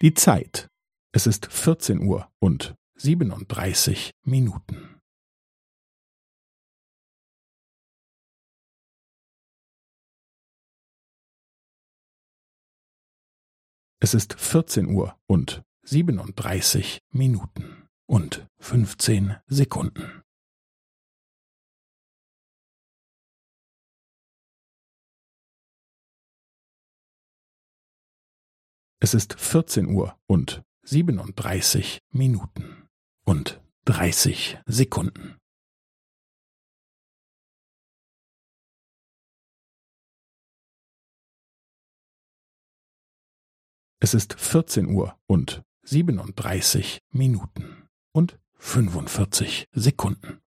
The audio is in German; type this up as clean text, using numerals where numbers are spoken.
Die Zeit. Es ist 14 Uhr und 37 Minuten. Es ist 14 Uhr und 37 Minuten und 15 Sekunden. Es ist 14 Uhr und 37 Minuten und 30 Sekunden. Es ist 14 Uhr und 37 Minuten und 45 Sekunden.